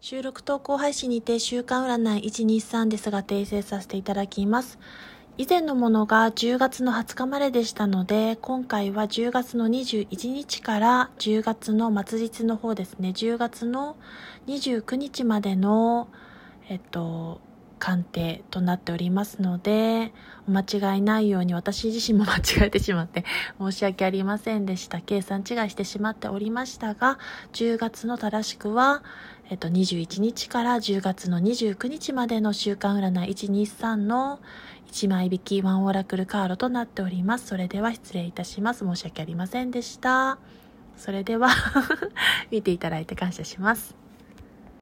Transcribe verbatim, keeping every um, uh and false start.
収録投稿配信にて週間占いいちにさんですが訂正させていただきます。以前のものがじゅうがつのはつかまででしたので、今回はじゅうがつのにじゅういちにちからじゅうがつの末日の方ですね、じゅうがつのにじゅうくにちまでのえっと鑑定となっておりますので、お間違いないように、私自身も間違えてしまって申し訳ありませんでした。計算違いしてしまっておりましたが、じゅうがつの正しくは、えっと、にじゅういちにちからじゅうがつのにじゅうくにちまでの週間占いいちにさんのいちまい引きワンオラクルカードとなっております。それでは失礼いたします。申し訳ありませんでした。それでは見ていただいて感謝します。